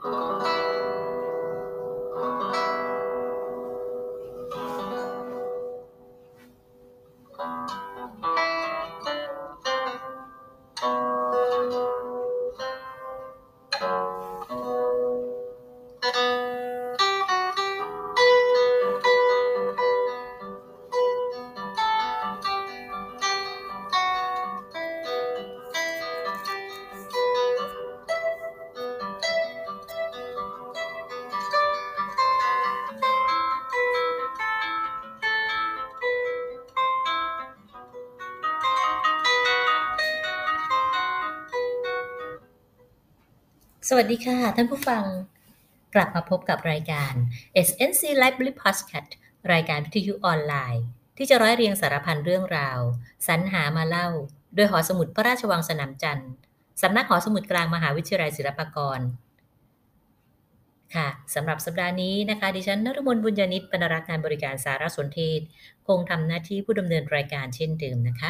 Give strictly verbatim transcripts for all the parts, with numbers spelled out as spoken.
สวัสดีค่ะท่านผู้ฟังกลับมาพบกับรายการ เอส เอ็น ซี Library Podcast รายการวิทยุออนไลน์ที่จะร้อยเรียงสารพันเรื่องราวสรรหามาเล่าโดยหอสมุดพระราชวังสนามจันทร์สำนักหอสมุดกลางมหาวิทยาลัยศิลปากรค่ะสำหรับสัปดาห์นี้นะคะดิฉันนฤมลบุญญานิตบรรณารักษ์งานบริการสารสนเทศคงทำหน้าที่ผู้ดำเนินรายการเช่นเดิมนะคะ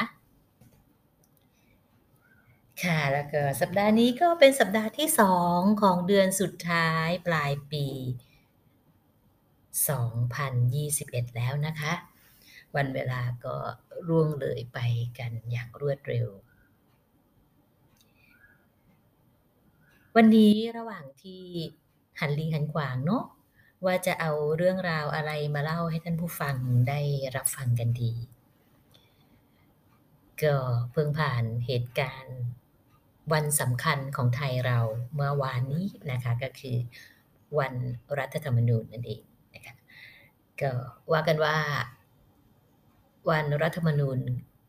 ค่ะแล้วก็สัปดาห์นี้ก็เป็นสัปดาห์ที่สองของเดือนสุดท้ายปลายปีสองพันยี่สิบเอ็ดแล้วนะคะวันเวลาก็ร่วงเลยไปกันอย่างรวดเร็ววันนี้ระหว่างที่หันลิงหันขวางเนาะว่าจะเอาเรื่องราวอะไรมาเล่าให้ท่านผู้ฟังได้รับฟังกันดีก็เพิ่งผ่านเหตุการณ์วันสำคัญของไทยเราเมื่อวานนี้นะคะก็คือวันรัฐธรรมนูญนั่นเองนะคะก็ว่ากันว่าวันรัฐธรรมนูญ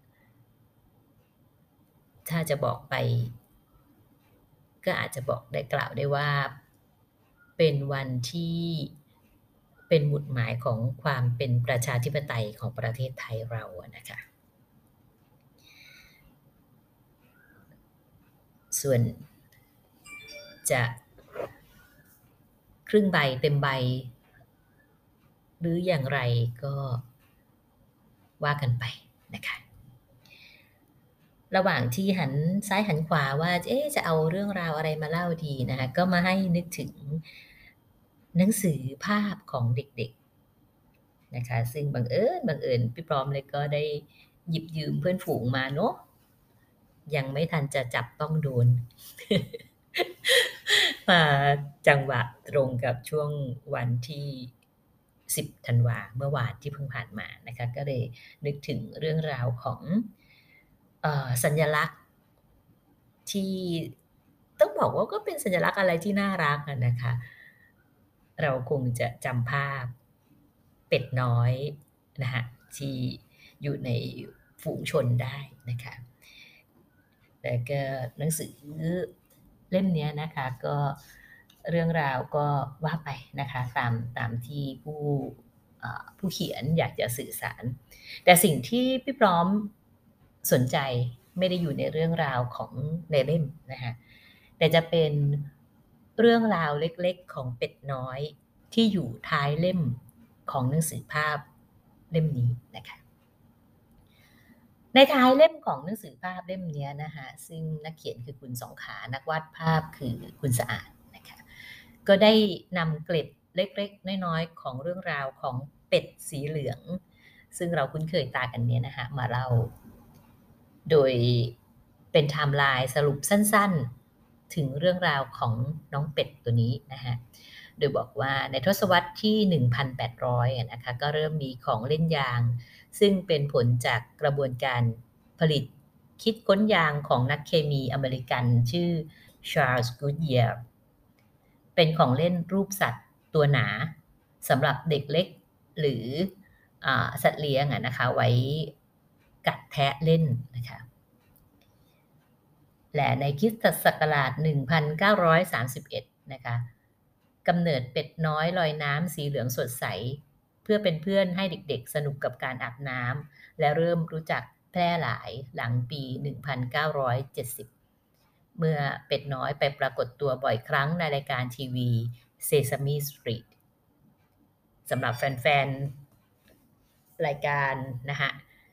ถ้าจะบอกไปก็อาจจะบอกได้กล่าวได้ว่าเป็นวันที่เป็นหมุดหมายของความเป็นประชาธิปไตยของประเทศไทยเราอะนะคะส่วนจะครึ่งใบเต็มใบหรืออย่างไรก็ว่ากันไปนะคะระหว่างที่หันซ้ายหันขวาว่าเอ๊ะจะเอาเรื่องราวอะไรมาเล่าดีนะคะก็มาให้นึกถึงหนังสือภาพของเด็กๆนะคะซึ่งบังเอิญบังเอิญพี่พร้อมเลยก็ได้หยิบยืมเพื่อนฝูงมาเนาะยังไม่ทันจะจับต้องโดน มาจังหวะตรงกับช่วงวันที่สิบธันวาเมื่อวานที่เพิ่งผ่านมานะคะก็เลยนึกถึงเรื่องราวของเอ่อสัญลักษณ์ที่ต้องบอกว่าก็เป็นสัญลักษณ์อะไรที่น่ารักอะนะคะเราคงจะจำภาพเป็ดน้อยนะคะที่อยู่ในฝูงชนได้นะคะแล้วก็หนังสือเล่มเนี้ยนะคะก็เรื่องราวก็ว่าไปนะคะตามตามที่ผู้เอ่อผู้เขียนอยากจะสื่อสารแต่สิ่งที่พี่พร้อมสนใจไม่ได้อยู่ในเรื่องราวของในเล่มนะคะแต่จะเป็นเรื่องราวเล็กๆของเป็ดน้อยที่อยู่ท้ายเล่มของหนังสือภาพเล่มนี้นะคะ ในท้ายเล่มของหนังสือภาพเล่มเนี้ยนะคะซึ่งนักเขียนคือคุณสองขานักวาดภาพคือคุณสะอาดนะคะก็ได้นำเกล็ดเล็กๆน้อยๆของเรื่องราวของเป็ดสีเหลืองซึ่งเราคุ้นเคยตากันเนี้ยนะคะมาเล่าโดยเป็นไทม์ไลน์สรุปสั้นๆถึงเรื่องราวของน้องเป็ดตัวนี้นะคะโดยบอกว่าในทศวรรษที่หนึ่งพันแปดร้อยอะนะคะก็เริ่มมีของเล่นยาง ซึ่งเป็นผลจากกระบวนการผลิตคิดค้นยางของนักเคมีอเมริกันชื่อ Charles Goodyear เป็นของเล่นรูปสัตว์ตัวหนาสำหรับเด็กเล็กหรืออาสัตว์เลี้ยงอะนะคะไว้กัดแทะเล่นนะคะและในคริสตศักราชหนึ่งพันเก้าร้อยสามสิบเอ็ดนะคะกำเนิดเป็ดน้อยลอยน้ำสีเหลืองสดใส เพื่อเป็นเพื่อนให้เด็กๆสนุกกับการอาบน้ำและเริ่มรู้จักแพร่หลายหลังปีหนึ่งพันเก้าร้อยเจ็ดสิบเมื่อเป็ดน้อยไปปรากฏตัวบ่อยครั้งในรายการทีวี Sesame Street สำหรับแฟนๆรายการนะคะ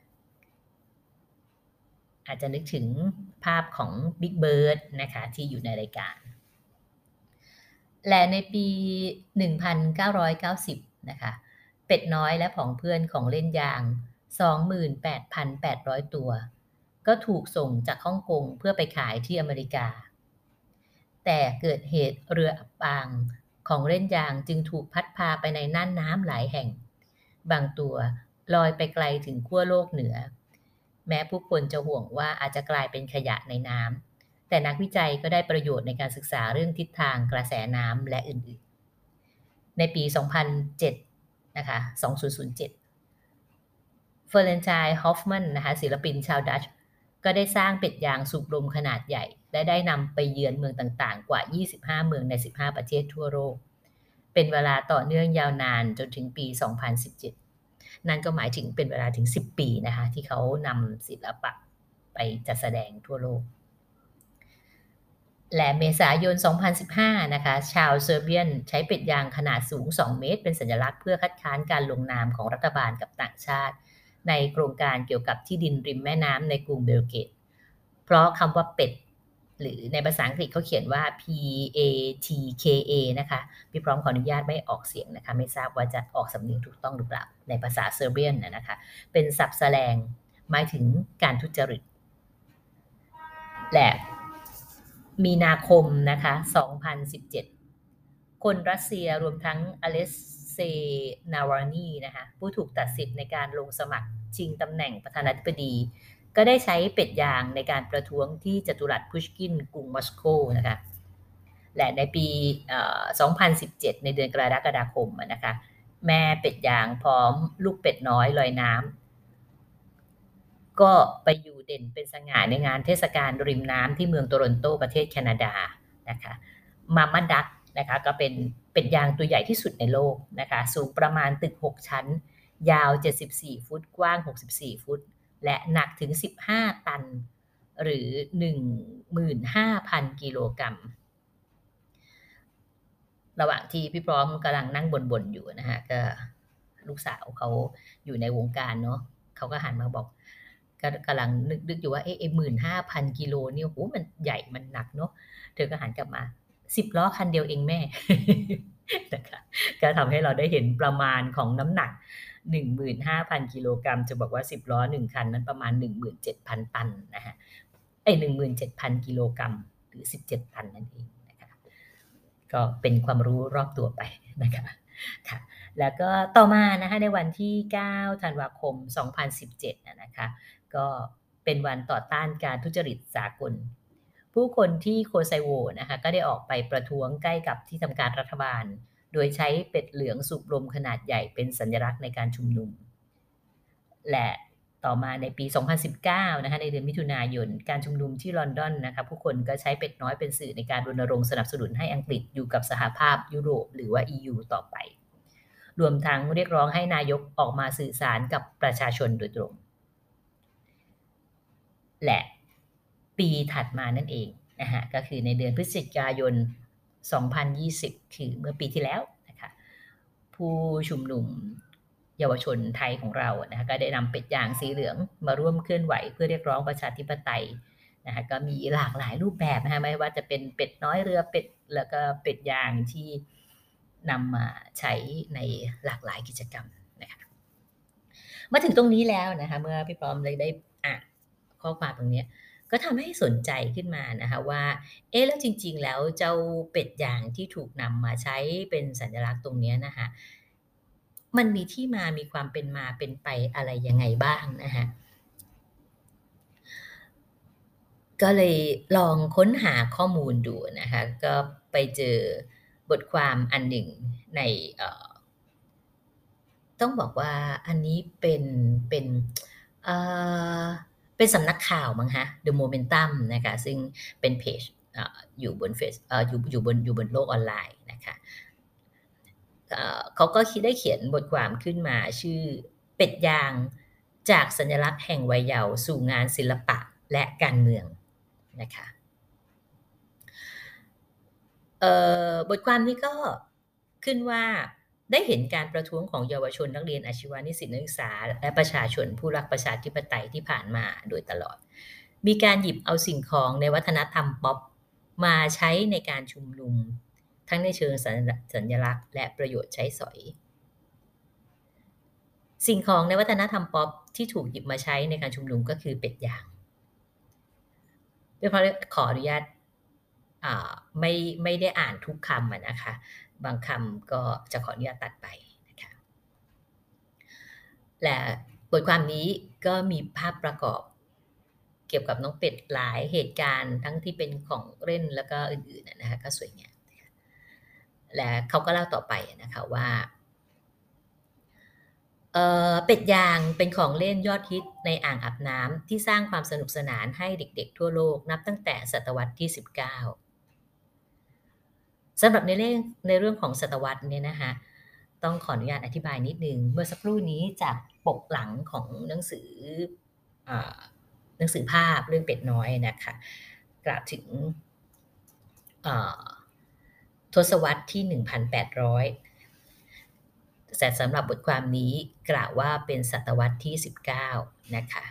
อาจจะนึกถึงภาพของ Big Bird นะคะที่อยู่ในรายการและในปี หนึ่งพันเก้าร้อยเก้าสิบ นะคะ เป็ดน้อยและผองเพื่อนของเล่นยาง สองหมื่นแปดพันแปดร้อย ตัว ก็ถูกส่งจากฮ่องกงเพื่อไปขายที่อเมริกา แต่เกิดเหตุเรืออับปางของเล่นยางจึงถูกพัดพาไปในน่านน้ำหลายแห่ง บางตัวลอยไปไกลถึงขั้วโลกเหนือ แม้ผู้คนจะห่วงว่าอาจจะกลายเป็นขยะในน้ำ แต่นักวิจัยก็ได้ประโยชน์ในการศึกษาเรื่องทิศทางกระแสน้ำและอื่นๆ ในปี สองพันเจ็ด นะคะ สองพันเจ็ด เฟอร์เรนไชน์ ฮอฟมันนะคะ ศิลปินชาวดัตช์ก็ได้สร้างเป็ดยางสูบลมขนาดใหญ่ และได้นำไปเยือนเมืองต่างๆ กว่า ยี่สิบห้า เมืองใน สิบห้า ประเทศทั่วโลก เป็นเวลาต่อเนื่องยาวนานจนถึงปี สองพันสิบเจ็ด นั่นก็หมายถึงเป็นเวลาถึง สิบ ปีนะคะที่เขานำศิลปะไปจัดแสดงทั่วโลก และเมษายน สองพันสิบห้า นะคะ ชาวเซอร์เบียนใช้เป็ดยางขนาดสูง สอง เมตรเป็นสัญลักษณ์เพื่อคัดค้านการลงนามของรัฐบาลกับต่างชาติในโครงการเกี่ยวกับที่ดินริมแม่น้ำในกรุงเบลเกรด เพราะคำว่าเป็ด หรือในภาษาอังกฤษเขาเขียนว่า P A T K A นะคะ พี่พร้อมขออนุญาตไม่ออกเสียงนะคะ ไม่ทราบว่าจะออกสำเนียงถูกต้องหรือเปล่า ในภาษาเซอร์เบียนนะคะ เป็นศัพท์แสแลงหมายถึงการทุจริต และมีนาคมนะคะ สองพันสิบเจ็ด คนรัสเซียรวมทั้งอเล็กเซย์ นาวานีนะคะ ผู้ถูกตัดสิทธิ์ในการลงสมัครชิงตำแหน่งประธานาธิบดี ก็ได้ใช้เป็ดยางในการประท้วงที่จตุรัสพุชกินกรุงมอสโกนะคะ และในปี สองพันสิบเจ็ด ในเดือนกรกฎาคมนะคะ แม่เป็ดยางพร้อมลูกเป็ดน้อยลอยน้ำก็ไปอยู่เด่นเป็นสง่าในงานเทศกาลริมน้ำที่เมืองโตรอนโตประเทศแคนาดานะคะมาม่าดักนะคะก็เป็นเป็ดยางตัวใหญ่ที่สุดในโลกนะคะสูงประมาณตึกหกชั้นยาวเจ็ดสิบสี่ฟุตกว้างหกสิบสี่ฟุตและหนักถึงสิบห้าตันหรือ หนึ่งหมื่นห้าพัน กิโลกรัมระหว่างที่พี่พร้อมกำลังนั่งบ่นๆอยู่นะคะก็ลูกสาวเขาอยู่ในวงการเนาะเขาก็หันมาบอกก็กำลังนึกๆอยู่ว่าเอ๊ะไอ้ หนึ่งหมื่นห้าพัน กิโลเนี่ยโอ้โฮมันใหญ่มันหนักเนาะเธอก็หันกลับมาสิบล้อคันเดียวเองแม่ นะคะก็ทำให้เราได้เห็นประมาณของน้ำหนัก หนึ่งหมื่นห้าพัน กิโลกรัมจะบอกว่าสิบล้อหนึ่งคันนั้นประมาณ หนึ่งหมื่นเจ็ดพัน ตันนะคะเอ๊ย หนึ่งหมื่นเจ็ดพัน กิโลกรัมหรือสิบเจ็ดตันนั่นเองนะคะก็เป็นความรู้รอบตัวไปนะคะค่ะแล้วก็ต่อมานะคะในวันที่เก้าธันวาคมสองพันสิบเจ็ดอะนะคะก็เป็นวันต่อต้านการทุจริตสากลผู้คนที่โคไซโวนะคะก็ได้ออกไปประท้วงใกล้กับที่ทำการรัฐบาลโดยใช้เป็ดเหลืองสูบลมขนาดใหญ่เป็นสัญลักษณ์ในการชุมนุมและต่อมาในปีสองพันสิบเก้านะคะในเดือนมิถุนายนการชุมนุมที่ลอนดอนนะคะผู้คนก็ใช้เป็ดน้อยเป็นสื่อในการรณรงค์สนับสนุนให้อังกฤษอยู่กับสหภาพยุโรปหรือว่า อี ยู ต่อไปรวมทั้งเรียกร้องให้นายกออกมาสื่อสารกับประชาชนโดยตรงและปีถัดมานั่นเองนะคะก็คือในเดือนพฤศจิกายนสองพันยี่สิบคือเมื่อปีที่แล้วนะคะผู้ชุมนุมเยาวชนไทยของเรานะคะก็ได้นำเป็ดยางสีเหลืองมาร่วมเคลื่อนไหวเพื่อเรียกร้องประชาธิปไตยนะคะก็มีหลากหลายรูปแบบนะคะไม่ว่าจะเป็นเป็ดน้อยเรือเป็ดแล้วก็เป็ดยางที่นำมาใช้ในหลากหลายกิจกรรมนะคะมาถึงตรงนี้แล้วนะคะเมื่อพี่พร้อมเลยได้อ่านข้อความตรงนี้ก็ทำให้สนใจขึ้นมานะคะว่าเอ๊ะแล้วจริงๆแล้วเจ้าเป็ดยางที่ถูกนำมาใช้เป็นสัญลักษณ์ตรงนี้นะคะมันมีที่มามีความเป็นมาเป็นไปอะไรยังไงบ้างนะคะก็เลยลองค้นหาข้อมูลดูนะคะก็ไปเจอบทความอันหนึ่งในเอ่อต้องบอกว่าอันนี้เป็นเป็นเอ่อเป็นสำนักข่าวมั้งคะ The Momentum นะคะซึ่งเป็นเพจเอ่ออยู่บนเฟซเอ่ออยู่อยู่บนอยู่บนโลกออนไลน์นะคะเอ่อเขาก็คิดได้เขียนบทความขึ้นมาชื่อเป็ดยางจากสัญลักษณ์แห่งวัยเยาว์สู่งานศิลปะและการเมืองนะคะเอ่อบทความนี้ก็ขึ้นว่าได้เห็นการประท้วงของเยาวชนนักเรียนอาชีวะนิสิตนักศึกษาและประชาชนผู้รักประชาธิปไตยที่ผ่านมาโดยตลอดมีการหยิบเอาสิ่งของในวัฒนธรรมป๊อปมาใช้ในการชุมนุมทั้งในเชิงสัญสัญลักษณ์และประโยชน์ใช้สอยสิ่งของในวัฒนธรรมป๊อปที่ถูกหยิบมาใช้ในการชุมนุมก็คือเป็ดยางด้วยเพราะขออนุญาตอ่าไม่ไม่ได้อ่านทุกคำอะนะคะบางคำก็จะขออนุญาตตัดไปนะคะและบทความนี้ก็มีภาพประกอบเกี่ยวกับน้องเป็ดหลายเหตุการณ์ทั้งที่เป็นของเล่นแล้วก็อื่นๆนะคะก็สวยงามและเขาก็เล่าต่อไปนะคะว่าเอ่อเป็ดยางเป็นของเล่นยอดฮิตในอ่างอาบน้ำที่สร้างความสนุกสนานให้เด็กๆทั่วโลกนับตั้งแต่ศตวรรษที่สิบเก้าสำหรับในเรื่องในเรื่องของศตวรรษเนี่ยนะคะต้องขออนุญาตอธิบายนิดหนึ่งเมื่อสักครู่นี้จากปกหลังของหนังสืออ่าหนังสือภาพเรื่องเป็ดน้อยนะคะกล่าวถึงอ่าทศวรรษที่ หนึ่งพันแปดร้อย แต่สำหรับบทความนี้กล่าวว่าเป็นศตวรรษที่ สิบเก้า นะคะ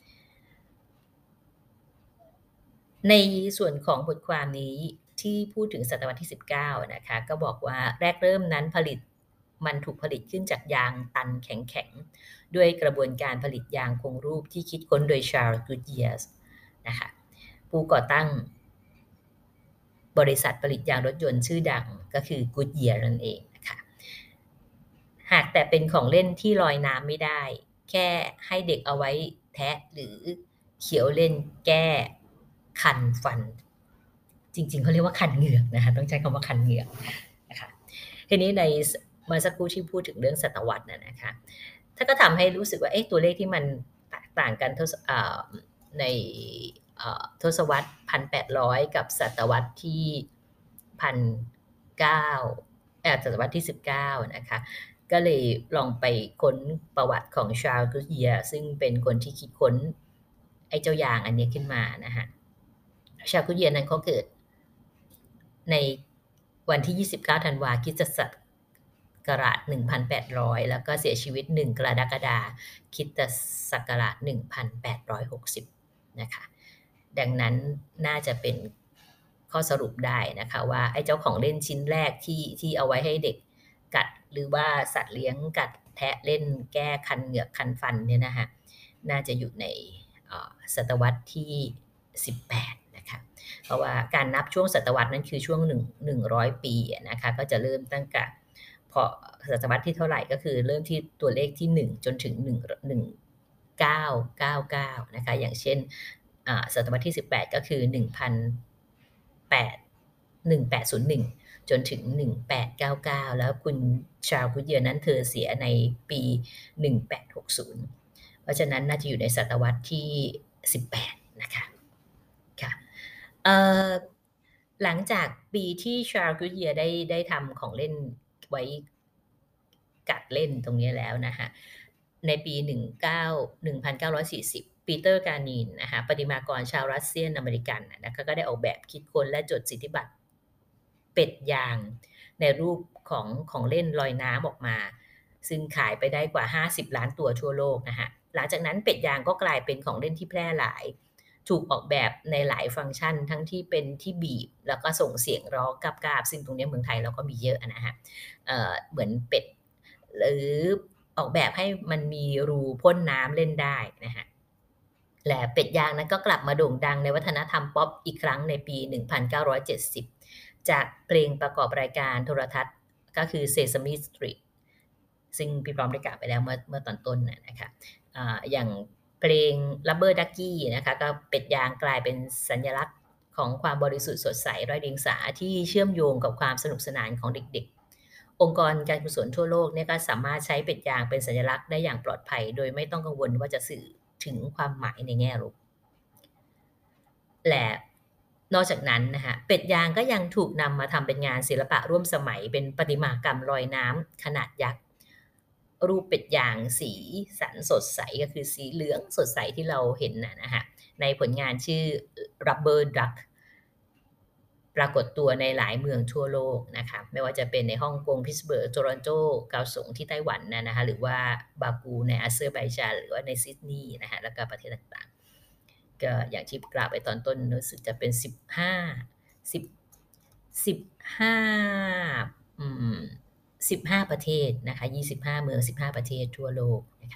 ในส่วนของบทความนี้ที่พูดถึงศตวรรษที่ สิบเก้า นะคะก็บอกว่าแรกเริ่มนั้นผลิตมันถูกผลิตขึ้นจากยางตันแข็งๆด้วยกระบวนการผลิตยางคงรูปที่คิดค้นโดย Charles Goodyear นะคะผู้ก่อตั้งบริษัทผลิตยางรถยนต์ชื่อดังก็คือ Goodyear นั่นเองนะคะหากแต่เป็นของเล่นที่ลอยน้ำไม่ได้แค่ให้เด็กเอาไว้แทะหรือเขียวเล่นแก้คันฟันจริงๆเขาเรียกว่าคันเหงือกนะคะต้องใช้คำว่าคันเหงือกนะคะทีนี้ในเมื่อสักครู่ที่พูดถึงเรื่องศตวรรษน่ะนะคะถ้าก็ทำให้รู้สึกว่าเอ๊ะตัวเลขที่มันแตกต่างกันทศอ่าในเอ่อทศวรรษหนึ่งพันแปดร้อยกับศตวรรษที่หนึ่งพันเก้าร้อยเอ่อศตวรรษที่สิบเก้านะคะก็เลยลองไปค้นประวัติของ Charles Goodyear ซึ่งเป็นคนที่คิดค้นไอ้เจ้ายางอันนี้ขึ้นมานะคะ Charles Goodyear นั้นเขาเกิดในวันที่ยี่สิบเก้าธันวาคมคริสตศักราชหนึ่งพันแปดร้อยแล้วก็เสียชีวิตหนึ่งกรกฎาคมคริสตศักราชหนึ่งพันแปดร้อยหกสิบนะคะดังนั้นน่าจะเป็นข้อสรุปได้นะคะว่าไอ้เจ้าของเล่นชิ้นแรกที่ที่เอาไว้ให้เด็กกัดหรือว่าสัตว์เลี้ยงกัดแทะเล่นแก้คันเหงือกคันฟันเนี่ยนะคะน่าจะอยู่ในศตวรรษที่สิบแปดนะคะเพราะว่าการนับช่วงศตวรรษนั้นคือช่วงหนึ่ง หนึ่งร้อยปีนะคะก็จะเริ่มตั้งแต่พอศตวรรษที่เท่าไหร่ก็คือเริ่มที่ตัวเลขที่หนึ่งจนถึงหนึ่ง หนึ่ง เก้า เก้า เก้านะคะอย่างเช่นอ่าศตวรรษที่สิบแปดก็คือ หนึ่งพันแปด หนึ่งพันแปดร้อยหนึ่ง จนถึง หนึ่งพันแปดร้อยเก้าสิบเก้า แล้วคุณ Charles Goodyear นั้นเธอเสียในปี หนึ่งพันแปดร้อยหกสิบ เพราะฉะนั้นน่าจะอยู่ในศตวรรษที่ สิบแปด นะคะค่ะเอ่อหลังจากปีที่ Charles Goodyear ได้ได้ทำของเล่นไว้กัดเล่นตรงนี้แล้วนะคะในปี หนึ่งเก้า หนึ่งพันเก้าร้อยสี่สิบ ปีเตอร์การีนนะคะประติมากรชาวรัสเซียนอเมริกันนะคะก็ได้ออกแบบคิดค้นและจดสิทธิบัตรเป็ดยางในรูปของของเล่นลอยน้ำออกมาซึ่งขายไปได้กว่าห้าสิบล้านตัวทั่วโลกนะคะหลังจากนั้นเป็ดยางก็กลายเป็นของเล่นที่แพร่หลายถูกออกแบบในหลายฟังก์ชันทั้งที่เป็นที่บีบแล้วก็ส่งเสียงร้องกราบๆซึ่งตรงนี้เมืองไทยเราก็มีเยอะนะคะเอ่อเหมือนเป็ดหรือออกแบบให้มันมีรูพ่นน้ำเล่นได้นะคะและเป็ดยางนั้นก็กลับมาโด่งดังในวัฒนธรรมป๊อปอีกครั้งในปี หนึ่งพันเก้าร้อยเจ็ดสิบ จากเพลงประกอบรายการโทรทัศน์ก็คือ Sesame Street ซึ่งพี่พร้อมได้กล่าวไปแล้วเมื่อเมื่อตอนต้นนะคะอ่าอย่างเพลง Rubber Ducky นะคะก็เป็ดยางกลายเป็นสัญลักษณ์ของความบริสุทธิ์สดใสไร้เดียงสาที่เชื่อมโยงกับความสนุกสนานของเด็กๆองค์กรการกุศลทั่วโลกเนี่ยก็สามารถใช้เป็ดยางเป็นสัญลักษณ์ได้อย่างปลอดภัยโดยไม่ต้องกังวลว่าจะสื่อถึงความหมายในแง่ลบและนอกจากนั้นนะคะเป็ดยางก็ยังถูกนำมาทำเป็นงานศิลปะร่วมสมัยเป็นประติมากรรมลอยน้ำขนาดยักษ์รูปเป็ดยางสีสันสดใสก็คือสีเหลืองสดใสที่เราเห็นน่ะนะคะในผลงานชื่อ Rubber Duck ปรากฏตัวในหลายเมืองทั่วโลกนะคะไม่ว่าจะเป็นในฮ่องกงพิตต์สเบิร์กโตรอนโตเกาสงที่ไต้หวันนะนะคะหรือว่าบากูในอาเซอร์ไบจานหรือว่าในซิดนีย์นะคะแล้วก็ประเทศต่างๆก็อย่างที่กล่าวไปตอนต้นรู้สึกจะเป็นสิบห้า 10 สิบห้า อืม สิบห้า ประเทศนะคะ ยี่สิบห้า เมือง สิบห้า ประเทศทั่วโลกนะคะ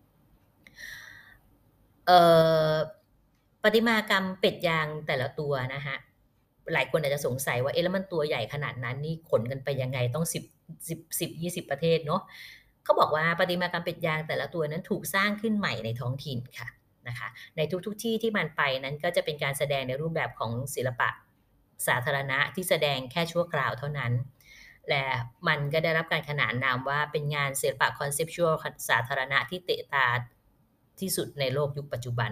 เอ่อ ประติมากรรมเป็ดยางแต่ละตัวนะคะ หลายคนอาจจะสงสัยว่า เอ๊ะ แล้วมันตัวใหญ่ขนาดนั้นนี่ขนกันไปยังไง? ต้อง สิบ สิบ สิบ ยี่สิบ ประเทศเนาะ เขาบอกว่าประติมากรรมเป็ดยางแต่ละตัวนั้นถูกสร้างขึ้นใหม่ในท้องถิ่นค่ะ นะคะ ในทุก ๆ ที่ที่มันไปนั้นก็จะเป็นการแสดงในรูปแบบของศิลปะสาธารณะที่แสดงแค่ชั่วคราวเท่านั้น และมันก็ได้รับการขนานนามว่า เป็นงานศิลปะ Conceptual ค สาธารณะที่เตะตาที่สุดในโลกยุคปัจจุบัน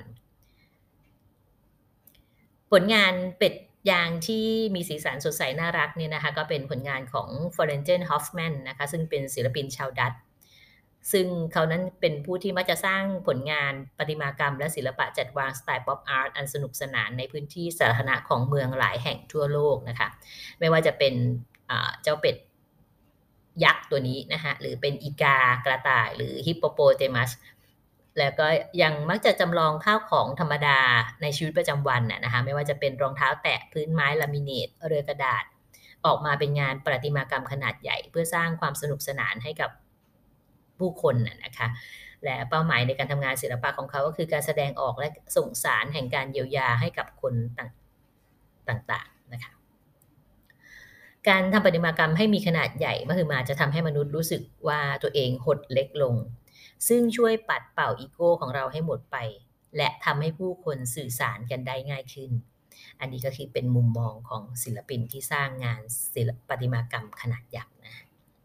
ผลงานเป็ดยางที่มีสีสันสดใสน่ารักเนี่ยนะคะ ก็เป็นผลงานของ Florentin Hoffmann นะคะ ซึ่งเป็นศิลปินชาวดัตช์ ซึ่งเขานั้นเป็นผู้ที่มักจะสร้างผลงานประติมากรรมและศิลปะจัดวางสไตล์ Pop Art อันสนุกสนานในพื้นที่สาธารณะของเมืองหลายแห่งทั่วโลกนะคะ ไม่ว่าจะเป็น อ่า เจ้าเป็ดยักษ์ตัวนี้นะคะ หรือเป็นอีกา กระต่าย หรือ Hippopotamus แล้วก็ยังมักจะจำลองข้าวของธรรมดาในชีวิตประจำวันอะนะคะ ไม่ว่าจะเป็นรองเท้าแตะ พื้นไม้ Laminate เรือกระดาษ ออกมาเป็นงานประติมากรรมขนาดใหญ่ เพื่อสร้างความสนุกสนานให้กับผู้คนอะนะคะ และเป้าหมายในการทำงานศิลปะของเขา ก็คือการแสดงออกและส่งสารแห่งการเยียวยาให้กับคนต่าง ต่าง ๆ นะคะ การทำประติมากรรมให้มีขนาดใหญ่มหึมา จะทำให้มนุษย์รู้สึกว่าตัวเองหดเล็กลง ซึ่งช่วยปัดเป่าอีโกของเราให้หมดไป และทำให้ผู้คนสื่อสารกันได้ง่ายขึ้น อันนี้ก็คือเป็นมุมมองของศิลปินที่สร้างงานศิล ประติมากรรมขนาดยักษ์นะคะ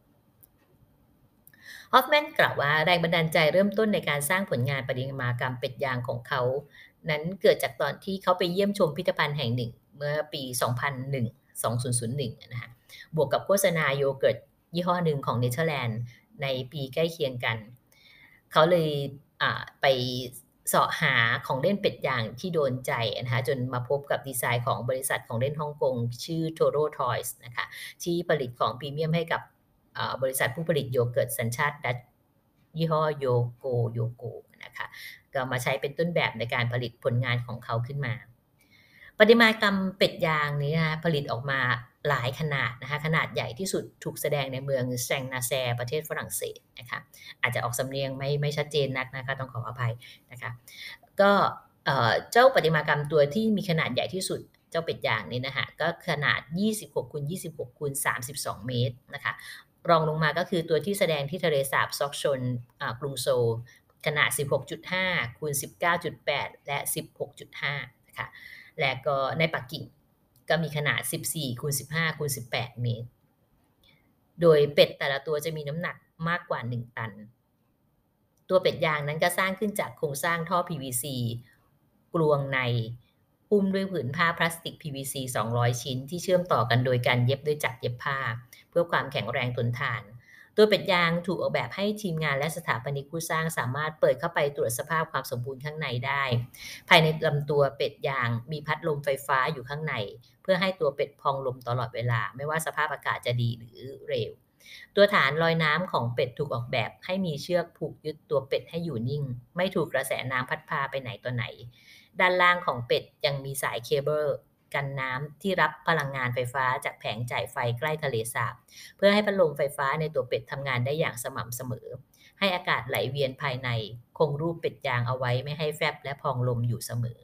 Hoffmann กล่าวว่า แรงบันดาลใจเริ่มต้นในการสร้างผลงานประติมากรรมเป็ดยางของเขา นั้นเกิดจากตอนที่เขาไปเยี่ยมชมพิพิธภัณฑ์แห่งหนึ่งเมื่อปี สองพันหนึ่ง สองพันหนึ่ง อะนะคะ บวกกับโฆษณาโยเกิร์ตยี่ห้อหนึ่งของเนเธอร์แลนด์ในปีใกล้เคียงกัน เขาเลย อ่า ไปเสาะหาของเล่นเป็ดยางที่โดนใจอะนะคะ จนมาพบกับดีไซน์ของบริษัทของเล่นฮ่องกงชื่อ Toro Toys นะคะ ที่ผลิตของพรีเมียมให้กับ อ่า บริษัทผู้ผลิตโยเกิร์ตสัญชาติดัตช์ยี่ห้อ Yogo Yogo นะคะ ก็มาใช้เป็นต้นแบบในการผลิตผลงานของเขาขึ้นมา ประติมากรรมเป็ดยางนี้นะคะ ผลิตออกมาหลายขนาดนะคะ ขนาดใหญ่ที่สุดถูกแสดงในเมือง Saint-Nazaire ประเทศฝรั่งเศสนะคะ อาจจะออกสำเนียงไม่ ไม่ชัดเจนนักนะคะ ต้องขออภัยนะคะ ก็ เอ่อ เจ้าประติมากรรมตัวที่มีขนาดใหญ่ที่สุด เจ้าเป็ดยางนี้นะคะ ก็ขนาด ยี่สิบหกคูณยี่สิบหกคูณสามสิบสอง เมตรนะคะ รองลงมาก็คือตัวที่แสดงที่ทะเลสาบ Sochon อ่า กรุงโซล ขนาด สิบหกจุดห้าคูณสิบเก้าจุดแปด และ สิบหกจุดห้า นะคะ และก็ในปักกิ่งก็มีขนาด สิบสี่คูณสิบห้าคูณสิบแปด เมตร โดยเป็ดแต่ละตัวจะมีน้ำหนักมากกว่า หนึ่ง ตัน ตัวเป็ดยางนั้นก็สร้างขึ้นจากโครงสร้างท่อ พี วี ซี กลวงใน หุ้มด้วยผืนผ้าพลาสติก พี วี ซี สองร้อย ชิ้นที่เชื่อมต่อกันโดยการเย็บด้วยจักรเย็บผ้า เพื่อความแข็งแรงทนทาน ตัวเป็ดยางถูกออกแบบให้ทีมงานและสถาปนิกผู้สร้างสามารถเปิดเข้าไปตรวจสภาพความสมบูรณ์ข้างในได้ ภายในลำตัวเป็ดยางมีพัดลมไฟฟ้าอยู่ข้างใน เพื่อให้ตัวเป็ดพองลมตลอดเวลา ไม่ว่าสภาพอากาศจะดีหรือเลว ตัวฐานลอยน้ำของเป็ดถูกออกแบบให้มีเชือกผูกยึดตัวเป็ดให้อยู่นิ่ง ไม่ถูกกระแสน้ำพัดพาไปไหนต่อไหน ด้านล่างของเป็ดยังมีสายเคเบิลกันน้ำที่รับพลังงานไฟฟ้าจากแผงจ่ายไฟใกล้ทะเลสาบ เพื่อให้พัดลมไฟฟ้าในตัวเป็ดทำงานได้อย่างสม่ำเสมอ ให้อากาศไหลเวียนภายในคงรูปเป็ดยางเอาไว้ไม่ให้แฟบและพองลมอยู่เสมอ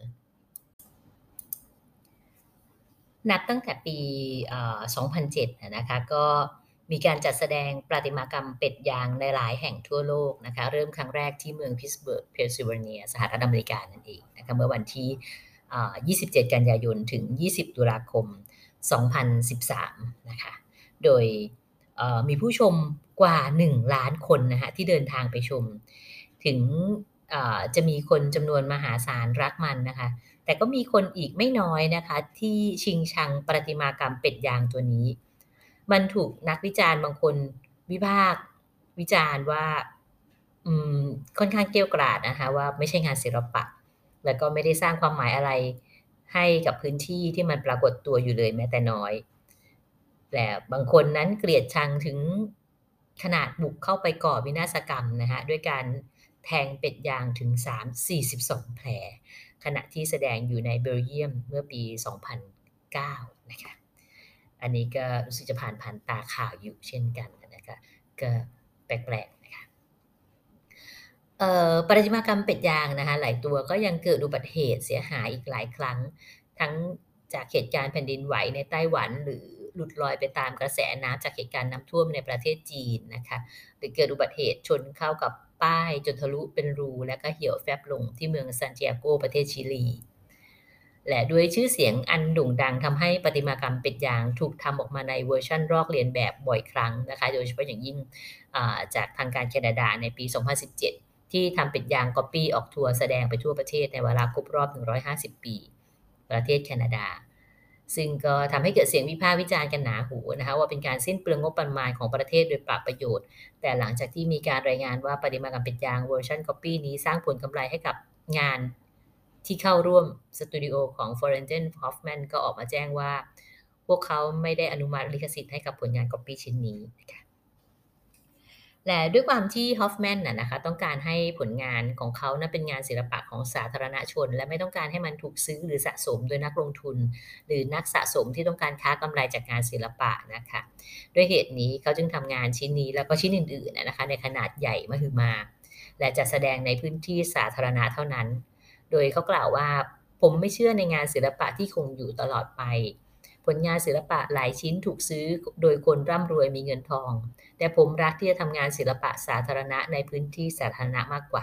นับตั้งแต่ปี เอ่อ สองพันเจ็ด อะนะคะ ก็มีการจัดแสดงประติมากรรมเป็ดยางในหลายแห่งทั่วโลกนะคะ เริ่มครั้งแรกที่เมือง Pittsburgh Pennsylvania สหรัฐอเมริกานั่นเองนะคะ เมื่อวันที่ อ่า ยี่สิบเจ็ด กันยายน ถึง ยี่สิบ ตุลาคม สองพันสิบสาม นะคะ โดย เอ่อ มีผู้ชมกว่า หนึ่ง ล้านคนนะคะที่เดินทางไปชม ถึง อ่า จะมีคนจำนวนมหาศาลรักมันนะคะ แต่ก็มีคนอีกไม่น้อยนะคะที่ชิงชังประติมากรรมเป็ดยางตัวนี้ มันถูกนักวิจารณ์บางคนวิพากษ์วิจารณ์ว่า อืม ค่อนข้างเกรี้ยวกราดนะคะว่า ไม่ใช่งานศิลปะ แล้วก็ไม่ได้สร้างความหมายอะไรให้กับพื้นที่ที่มันปรากฏตัวอยู่เลยแม้แต่น้อย แต่บางคนนั้นเกลียดชังถึงขนาดบุกเข้าไปก่อวินาศกรรมนะคะ ด้วยการแทงเป็ดยางถึง สาม สี่สิบสอง แผล ขณะที่แสดงอยู่ในเบลเยียมเมื่อปี สองพันเก้า นะคะอันนี้ก็รู้สึกจะผ่านผ่านตาข่าวอยู่เช่นกันนะคะก็แปลกๆนะคะเอ่อประติมากรรมเป็ดยางนะคะหลายตัวก็ยังเกิดอุบัติเหตุเสียหายอีกหลายครั้งทั้งจากเหตุการณ์แผ่นดินไหวในไต้หวันหรือหลุดลอยไปตามกระแสน้ำจากเหตุการณ์น้ำท่วมในประเทศจีนนะคะหรือเกิดอุบัติเหตุชนเข้ากับป้ายจนทะลุเป็นรูและก็เหี่ยวแฟบลงที่เมืองซานติอาโกประเทศชิลีและด้วยชื่อเสียงอันโด่งดังทำให้ประติมากรรมเป็ดยางถูกทำออกมาในเวอร์ชันลอกเลียนแบบบ่อยครั้งนะคะโดยเฉพาะอย่างยิ่งอ่าจากทางการแคนาดาในปี สองพันสิบเจ็ด ที่ทำเป็ดยางก๊อบปี้ออกทัวร์แสดงไปทั่วประเทศในเวลาครบรอบ หนึ่งร้อยห้าสิบ ปีประเทศแคนาดาซึ่งก็ทำให้เกิดเสียงวิพากษ์วิจารณ์กันหนาหูนะคะว่าเป็นการสิ้นเปลืองงบประมาณของประเทศโดยปราบประโยชน์แต่หลังจากที่มีการรายงานว่าประติมากรรมเป็ดยางเวอร์ชันก๊อบปี้นี้สร้างผลกำไรให้กับงานที่เข้าร่วมสตูดิโอของ Florence Hoffman ก็ออกมาแจ้งว่าพวกเขาไม่ได้อนุมัติลิขสิทธิ์ให้กับผลงานก๊อบปี้ชิ้นนี้นะคะ และด้วยความที่ Hoffman น่ะนะคะต้องการให้ผลงานของเขานั้นเป็นงานศิลปะของสาธารณชนและไม่ต้องการให้มันถูกซื้อหรือสะสมโดยนักลงทุนหรือนักสะสมที่ต้องการค้ากำไรจากงานศิลปะนะคะด้วยเหตุนี้เขาจึงทำงานชิ้นนี้แล้วก็ชิ้นอื่นๆนะคะในขนาดใหญ่มหึมาและจะแสดงในพื้นที่สาธารณะเท่านั้นโดยเขากล่าวว่าผมไม่เชื่อในงานศิลปะที่คงอยู่ตลอดไปผลงานศิลปะหลายชิ้นถูกซื้อโดยคนร่ำรวยมีเงินทองแต่ผมรักที่จะทำงานศิลปะสาธารณะในพื้นที่สาธารณะมากกว่า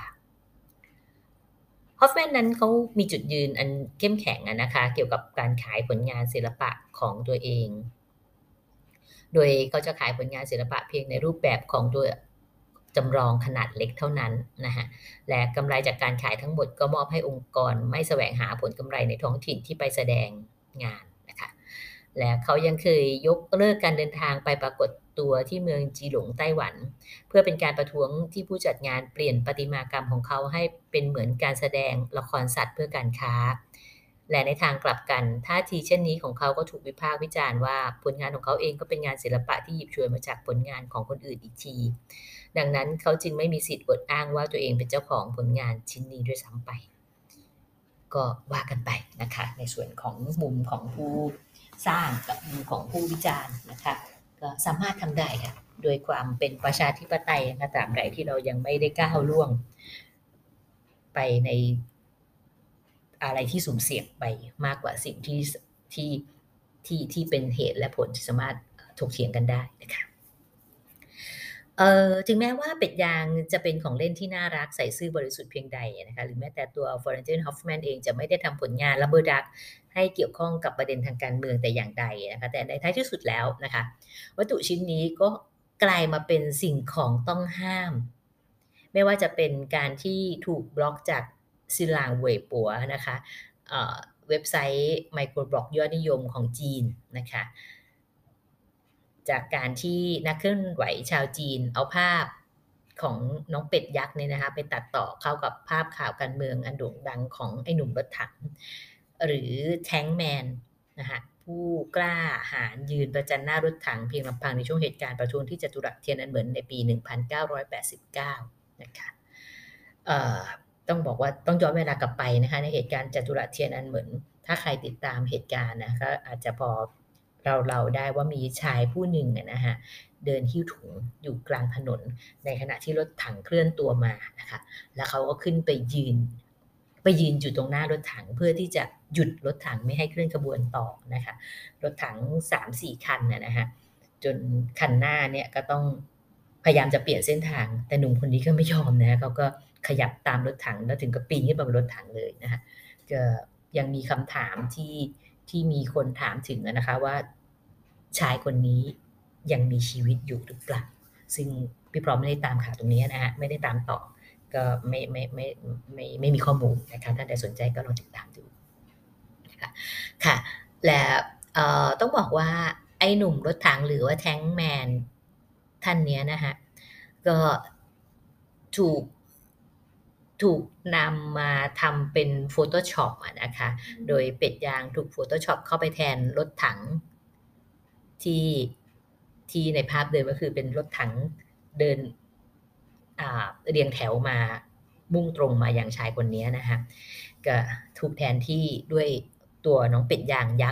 Hoffman นั้นเขามีจุดยืนอันเข้มแข็งอะนะคะเกี่ยวกับการขายผลงานศิลปะของตัวเองโดยเขาจะขายผลงานศิลปะเพียงในรูปแบบของตัวจำลองขนาดเล็กเท่านั้นนะคะและกำไรจากการขายทั้งหมดก็มอบให้องค์กรไม่แสวงหาผลกำไรในท้องถิ่นที่ไปแสดงงานนะคะและเขายังเคยยกเลิกการเดินทางไปปรากฏตัวที่เมืองจีหลงไต้หวันเพื่อเป็นการประท้วงที่ผู้จัดงานเปลี่ยนประติมากรรมของเขาให้เป็นเหมือนการแสดงละครสัตว์เพื่อการค้าและในทางกลับกันท่าทีเช่นนี้ของเขาก็ถูกวิพากษ์วิจารณ์ว่าผลงานของเขาเองก็เป็นงานศิลปะที่หยิบฉวยมาจากผลงานของคนอื่นอีกทีดังนั้นเขาจึงไม่มีสิทธิ์อวดอ้างว่าตัวเองเป็นเจ้าของผลงานชิ้นนี้ด้วยซ้ำไปก็ว่ากันไปนะคะในส่วนของมุมของผู้สร้างกับมุมของผู้วิจารณ์นะคะก็สามารถทำได้ค่ะโดยความเป็นประชาธิปไตยนะคะตราบใดที่เรายังไม่ได้ก้าวล่วงไปในอะไรที่สุ่มเสี่ยงไปมากกว่าสิ่งที่ที่ที่ที่เป็นเหตุและผลที่สามารถถกเถียงกันได้นะคะเอ่อถึงแม้ว่าเป็ดยางจะเป็นของเล่นที่น่ารักใส่ซื่อบริสุทธิ์เพียงใดนะคะหรือแม้แต่ตัว Florence Hoffman เองจะไม่ได้ทำผลงานระเบิดรักให้เกี่ยวข้องกับประเด็นทางการเมืองแต่อย่างใดนะคะแต่ในท้ายที่สุดแล้วนะคะวัตถุชิ้นนี้ก็กลายมาเป็นสิ่งของต้องห้ามไม่ว่าจะเป็นการที่ถูกบล็อกจากซิลางเหวยปัวนะคะเอ่อเว็บไซต์ไมโครบล็อกยอดนิยมของจีนนะคะจากการที่นักเคลื่อนไหวชาวจีนเอาภาพของน้องเป็ดยักษ์เนี่ยนะคะไปตัดต่อเข้ากับภาพข่าวการเมืองอันโด่งดังของไอ้หนุ่มรถถังหรือแทงแมนนะคะผู้กล้าหาญยืนประจันหน้ารถถังเพียงลำพังในช่วงเหตุการณ์ประท้วงที่จตุรัสเทียนอันเหมินในปี หนึ่งพันเก้าร้อยแปดสิบเก้า นะคะเอ่อต้องบอกว่าต้องย้อนเวลากลับไปนะคะในเหตุการณ์จตุรัสเทียนอันเหมินถ้าใครติดตามเหตุการณ์นะก็อาจจะพอเราๆได้ว่ามีชายผู้หนึ่งอะนะคะเดินหิ้วถุงอยู่กลางถนนในขณะที่รถถังเคลื่อนตัวมานะคะแล้วเขาก็ขึ้นไปยืนไปยืนอยู่ตรงหน้ารถถังเพื่อที่จะหยุดรถถังไม่ให้เคลื่อนขบวนต่อนะคะรถถัง สามสี่ คันน่ะนะคะจนคันหน้าเนี่ยก็ต้องพยายามจะเปลี่ยนเส้นทางแต่หนุ่มคนนี้ก็ไม่ยอมนะคะเขาก็ขยับตามรถถังแล้วถึงกับปีนขึ้นไปบนรถถังเลยนะคะก็ยังมีคำถามที่ที่มีคนถามถึงอะนะคะว่าชายคนนี้ยังมีชีวิตอยู่หรือเปล่าซึ่งพี่พร้อมไม่ได้ตามข่าวตรงนี้นะคะไม่ได้ตามต่อก็ไม่ไม่ไม่ไม่ไม่มีข้อมูลนะคะถ้าใดสนใจก็ลองติดตามดูนะคะค่ะและเอ่อต้องบอกว่าไอ้หนุ่มรถถังหรือว่าแทงค์แมนท่านเนี้ยนะคะก็ถูกถูกนำมาทำเป็น Photoshop อะนะคะโดยเป็ดยางถูก Photoshop เข้าไปแทนรถถังที่ที่ในภาพเดิมก็คือเป็นรถถังเดินอ่าเรียงแถวมามุ่งตรงมายังชายคนนี้นะคะก็ถูกแทนที่ด้วยตัวน้องเป็ดยางยักษ์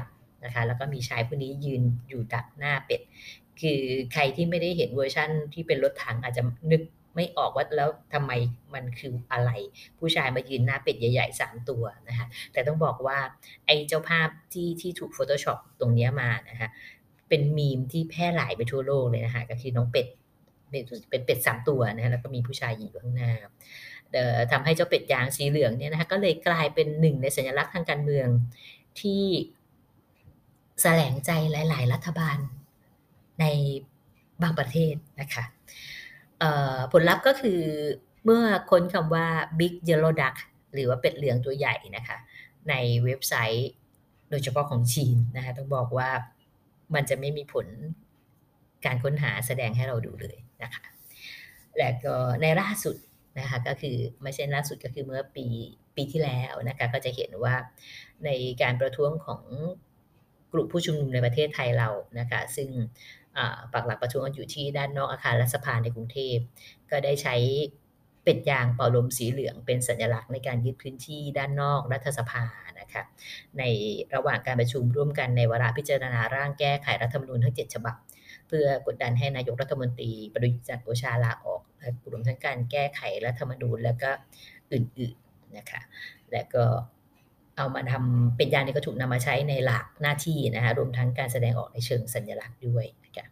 นะคะแล้วก็มีชายผู้นี้ยืนอยู่ดักหน้าเป็ดคือใครที่ไม่ได้เห็นเวอร์ชันที่เป็นรถถังอาจจะนึกไม่ออกว่าแล้วทำไมมันคืออะไรผู้ชายมายืนหน้าเป็ดใหญ่ๆสามตัวนะคะแต่ต้องบอกว่าไอ้เจ้าภาพที่ที่ถูก Photoshop ตรงเนี้ยมานะคะเป็นมีมที่แพร่หลายไปทั่วโลกเลยนะคะก็คือน้องเป็ดเป็นเป็นเป็ดสามตัวนะแล้วก็มีผู้ชายยืนอยู่ข้างหน้าเอ่อทำให้เจ้าเป็ดยางสีเหลืองเนี่ยนะคะก็เลยกลายเป็นหนึ่งในสัญลักษณ์ทางการเมืองที่แสลงใจหลายๆรัฐบาลในบางประเทศนะคะเอ่อผลลัพธ์ก็คือเมื่อค้นคำว่า Big Yellow Duck หรือว่าเป็ดเหลืองตัวใหญ่นะคะในเว็บไซต์โดยเฉพาะของจีนนะคะต้องบอกว่ามันจะไม่มีผลการค้นหาแสดงให้เราดูเลยนะคะและก็ในล่าสุดนะคะก็คือไม่ใช่ล่าสุดก็คือเมื่อปีปีที่แล้วนะคะก็จะเห็นว่าในการประท้วงของกลุ่มผู้ชุมนุมในประเทศไทยเรานะคะซึ่งอ่าปักหลักประท้วงกันอยู่ที่ด้านนอกอาคารรัฐสภาในกรุงเทพก็ได้ใช้เป็ดยางเป่าลมสีเหลืองเป็นสัญลักษณ์ในการยึดพื้นที่ด้านนอกรัฐสภานะคะในระหว่างการประชุมร่วมกันในวาระพิจารณาร่างแก้ไขรัฐธรรมนูญทั้งเจ็ดฉบับเพื่อกดดันให้นายกรัฐมนตรีประยุทธ์จันทร์โอชาลาออกและรวมทั้งการแก้ไขรัฐธรรมนูญแล้วก็อื่นๆนะคะและก็เอามาทำเป็ดยางนี่ก็ถูกนำมาใช้ในหลากหน้าที่นะคะรวมทั้งการแสดงออกในเชิงสัญลักษณ์ด้วยนะคะ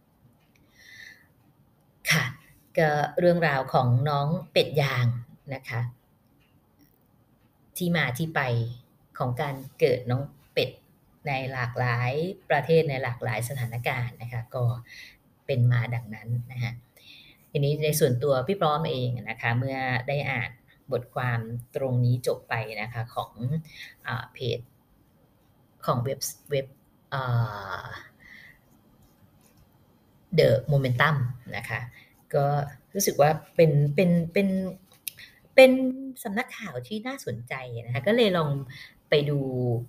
ค่ะก็เรื่องราวของน้องเป็ดยางนะคะที่มาที่ไปของการเกิดน้องเป็ดในหลากหลายประเทศในหลากหลายสถานการณ์นะคะก็เป็นมาดังนั้นนะคะทีนี้ในส่วนตัวพี่พร้อมเองนะคะเมื่อได้อ่านบทความตรงนี้จบไปนะคะของอ่าเพจของเว็บเว็บอ่า The Momentum นะคะก็รู้สึกว่าเป็นเป็นเป็นเป็นสำนักข่าวที่น่าสนใจนะคะก็เลยลองไปดู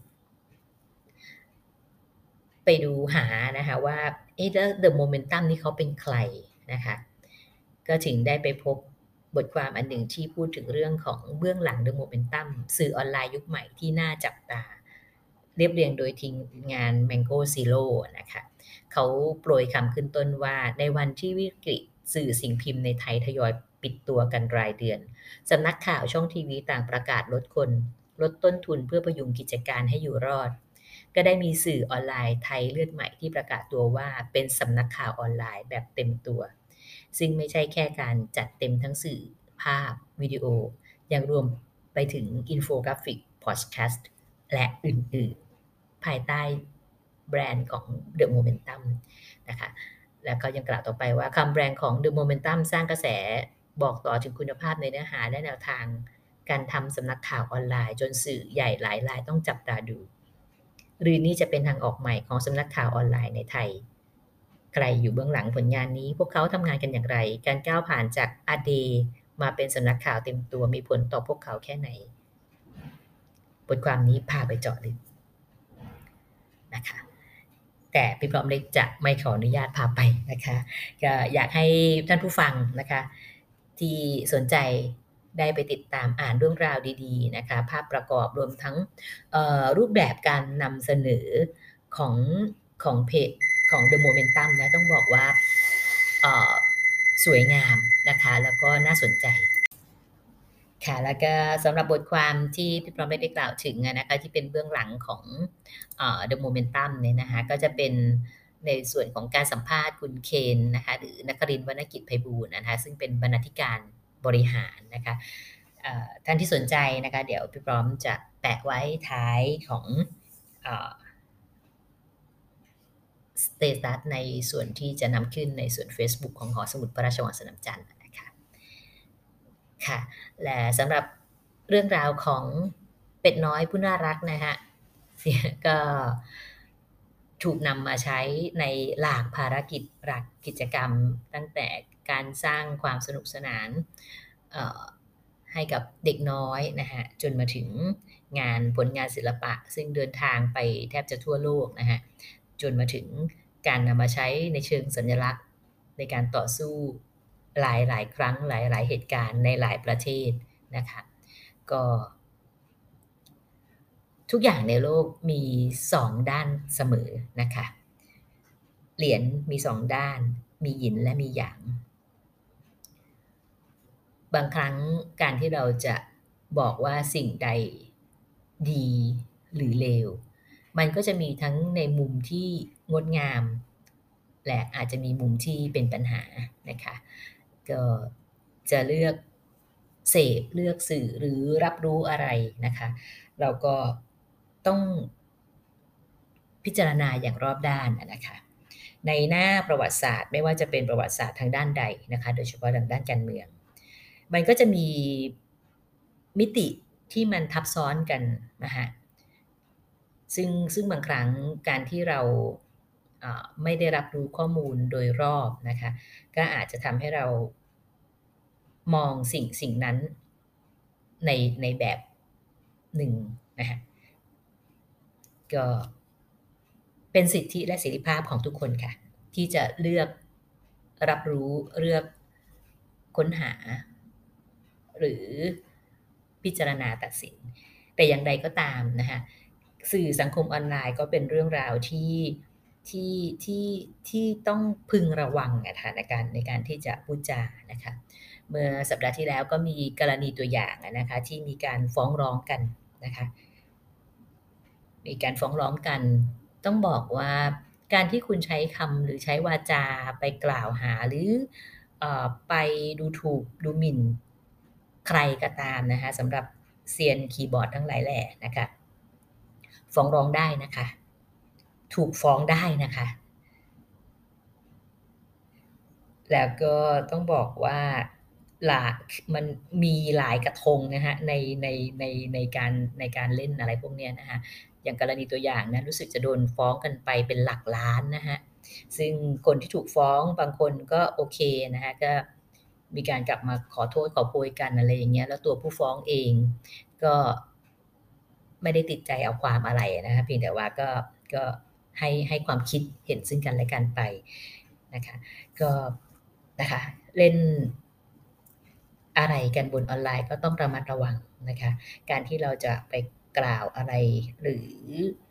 ไปดูหานะคะว่าเอ๊ะแล้ว The Momentum นี่เขาเป็นใครนะคะก็ถึงได้ไปพบบทความอันหนึ่งที่พูดถึงเรื่องของเบื้องหลัง The Momentum สื่อออนไลน์ยุคใหม่ที่น่าจับตาเรียบเรียงโดยทีมงาน Mango Zero นะคะเขาโปรยคำขึ้นต้นว่าในวันที่วิกฤตสื่อสิ่งพิมพ์ในไทยทยอยปิดตัวกันรายเดือนสำนักข่าวช่องทีวีต่างประกาศลดคนลดต้นทุนเพื่อพยุงกิจการให้อยู่รอดก็ได้มีสื่อออนไลน์ไทยเลือดใหม่ที่ประกาศตัวว่าเป็นสำนักข่าวออนไลน์แบบเต็มตัวซึ่งไม่ใช่แค่การจัดเต็มทั้งสื่อภาพวิดีโอยังรวมไปถึงอินโฟกราฟิกพอดแคสต์และอื่นๆภายใต้แบรนด์ของ The Momentum นะคะแล้วก็ยังกล่าวต่อไปว่าคำแบรนด์ของ The Momentum สร้างกระแสบอกต่อถึงคุณภาพในเนื้อหาและแนวทางการทำสำนักข่าวออนไลน์จนสื่อใหญ่หลายรายต้องจับตาดูหรือนี่จะเป็นทางออกใหม่ของสำนักข่าวออนไลน์ในไทยใครอยู่เบื้องหลังผลงานนี้พวกเขาทำงานกันอย่างไรการก้าวผ่านจากอเดมาเป็นสำนักข่าวเต็มตัวมีผลต่อพวกเขาแค่ไหนบทความนี้พาไปเจาะลึกนะคะแต่พี่พร้อมเล็กจะไม่ขออนุญาตพาไปนะคะก็อยากให้ท่านผู้ฟังนะคะที่สนใจได้ไปติดตามอ่านเรื่องราวดีๆนะคะภาพประกอบรวมทั้งเอ่อรูปแบบการนำเสนอของของเพจของ The Momentum นะต้องบอกว่าเอ่อสวยงามนะคะแล้วก็น่าสนใจ ค่ะแล้วก็สำหรับบทความที่พี่พร้อมได้กล่าวถึงอะนะคะที่เป็นเบื้องหลังของเอ่อ The Momentum เนี่ยนะคะก็จะเป็นในส่วนของการสัมภาษณ์คุณเคนนะคะหรือนครินทร์วรรณกิจไพบูลย์นะคะซึ่งเป็นบรรณาธิการบริหารนะคะเอ่อท่านที่สนใจนะคะเดี๋ยวพี่พร้อมจะแปะไว้ท้ายของเอ่อสเตตัสในส่วนที่จะนำขึ้นในส่วนเฟซบุ๊กของหอสมุดพระราชวังสนามจันทร์นะคะ ค่ะและสำหรับเรื่องราวของเป็ดน้อยผู้น่ารักนะฮะก็ถูกนำมาใช้ในหลากภารกิจหลักกิจกรรมตั้งแต่การสร้างความสนุกสนานให้กับเด็กน้อยนะฮะจนมาถึงงานผลงานศิลปะซึ่งเดินทางไปแทบจะทั่วโลกนะฮะจนมาถึงการนำมาใช้ในเชิงสัญลักษณ์ในการต่อสู้หลายหลายครั้งหลายหลายเหตุการณ์ในหลายประเทศนะคะก็ทุกอย่างในโลกมีสองด้านเสมอนะคะเหรียญมีสองด้านมีหยินและมีหยางบางครั้งการที่เราจะบอกว่าสิ่งใดดีหรือเลวมันก็จะมีทั้งในมุมที่งดงามและอาจจะมีมุมที่เป็นปัญหานะคะก็จะเลือกเสพเลือกสื่อหรือรับรู้อะไรนะคะเราก็ต้องพิจารณาอย่างรอบด้านนะคะในหน้าประวัติศาสตร์ไม่ว่าจะเป็นประวัติศาสตร์ทางด้านใดนะคะโดยเฉพาะทางด้านการเมืองมันก็จะมีมิติที่มันทับซ้อนกันนะคะซึ่งซึ่งบางครั้งการที่เราไม่ได้รับรู้ข้อมูลโดยรอบนะคะก็อาจจะทำให้เรามองสิ่งสิ่งนั้นในในแบบหนึ่งนะคะก็เป็นสิทธิและเสรีภาพของทุกคนค่ะที่จะเลือกรับรู้เลือกค้นหาหรือพิจารณาตัดสินแต่อย่างใดก็ตามนะคะสื่อสังคมออนไลน์ก็เป็นเรื่องราวที่ที่ที่ที่ต้องพึงระวังนะคะในการในการที่จะพูดจานะคะเมื่อสัปดาห์ที่แล้วก็มีกรณีตัวอย่างนะคะที่มีการฟ้องร้องกันนะคะมีการฟ้องร้องกันต้องบอกว่าการที่คุณใช้คำหรือใช้วาจาไปกล่าวหาหรือเอ่อไปดูถูกดูหมิ่นใครก็ตามนะคะสำหรับเซียนคีย์บอร์ดทั้งหลายแหล่นะคะฟ้องร้องได้นะคะถูกฟ้องได้นะคะแล้วก็ต้องบอกว่าหลากมันมีหลายกระทงนะคะในในในในการในการเล่นอะไรพวกเนี้ยนะคะอย่างกรณีตัวอย่างนะรู้สึกจะโดนฟ้องกันไปเป็นหลักล้านนะคะซึ่งคนที่ถูกฟ้องบางคนก็โอเคนะคะก็มีการกลับมาขอโทษขอโพยกันอะไรอย่างเงี้ยแล้วตัวผู้ฟ้องเองก็ไม่ได้ติดใจเอาความอะไรนะคะเพียงแต่ว่าก็ก็ให้ให้ความคิดเห็นซึ่งกันและกันไปนะคะก็นะคะเล่นอะไรกันบนออนไลน์ก็ต้องระมัดระวังนะคะการที่เราจะไปกล่าวอะไรหรือ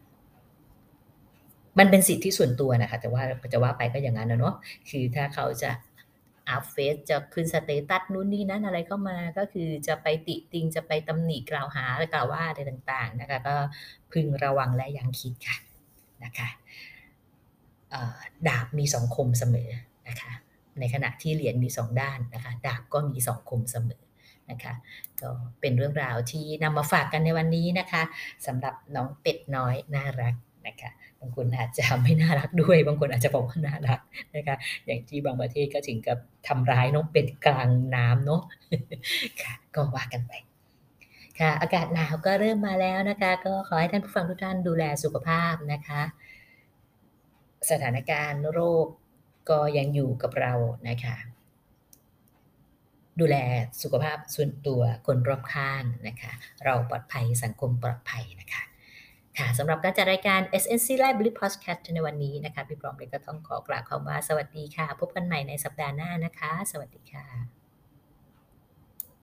มันเป็นสิทธิส่วนตัวนะคะแต่ว่าจะว่าไปก็อย่างนั้นนะเนาะคือถ้าเขาจะอัปเฟซจะขึ้นสเตตัสนู่นนี่นั่นอะไรเข้ามาก็คือจะไปติติงจะไปตำหนิกล่าวหากล่าวว่าอะไรต่างๆนะคะก็พึงระวังและยั้งคิดค่ะนะคะดาบมีสองคมเสมอนะคะในขณะที่เหรียญมีสองด้านนะคะดาบก็มีสองคมเสมอนะคะก็เป็นเรื่องราวที่นำมาฝากกันในวันนี้นะคะสำหรับน้องเป็ดน้อยน่ารักนะคะบางคนอาจจะไม่น่ารักด้วยบางคนอาจจะบอกว่าน่ารักนะคะอย่างที่บางประเทศก็ถึงกับทำร้ายน้องเป็ดกลางน้ำเนาะค่ะก็ว่ากันไปค่ะอากาศหนาวก็เริ่มมาแล้วนะคะก็ขอให้ท่านผู้ฟังทุกท่านดูแลสุขภาพนะคะสถานการณ์โรคก็ยังอยู่กับเรานะคะดูแลสุขภาพส่วนตัวคนรอบข้างนะคะเราปลอดภัยสังคมปลอดภัยนะคะค่ะสำหรับการจัดรายการ เอส เอ็น ซี Library Podcast ในวันนี้นะคะพี่ปลอมเองก็ต้องขอกล่าวคำว่าสวัสดีค่ะพบกันใหม่ในสัปดาห์หน้านะคะสวัสดีค่ะ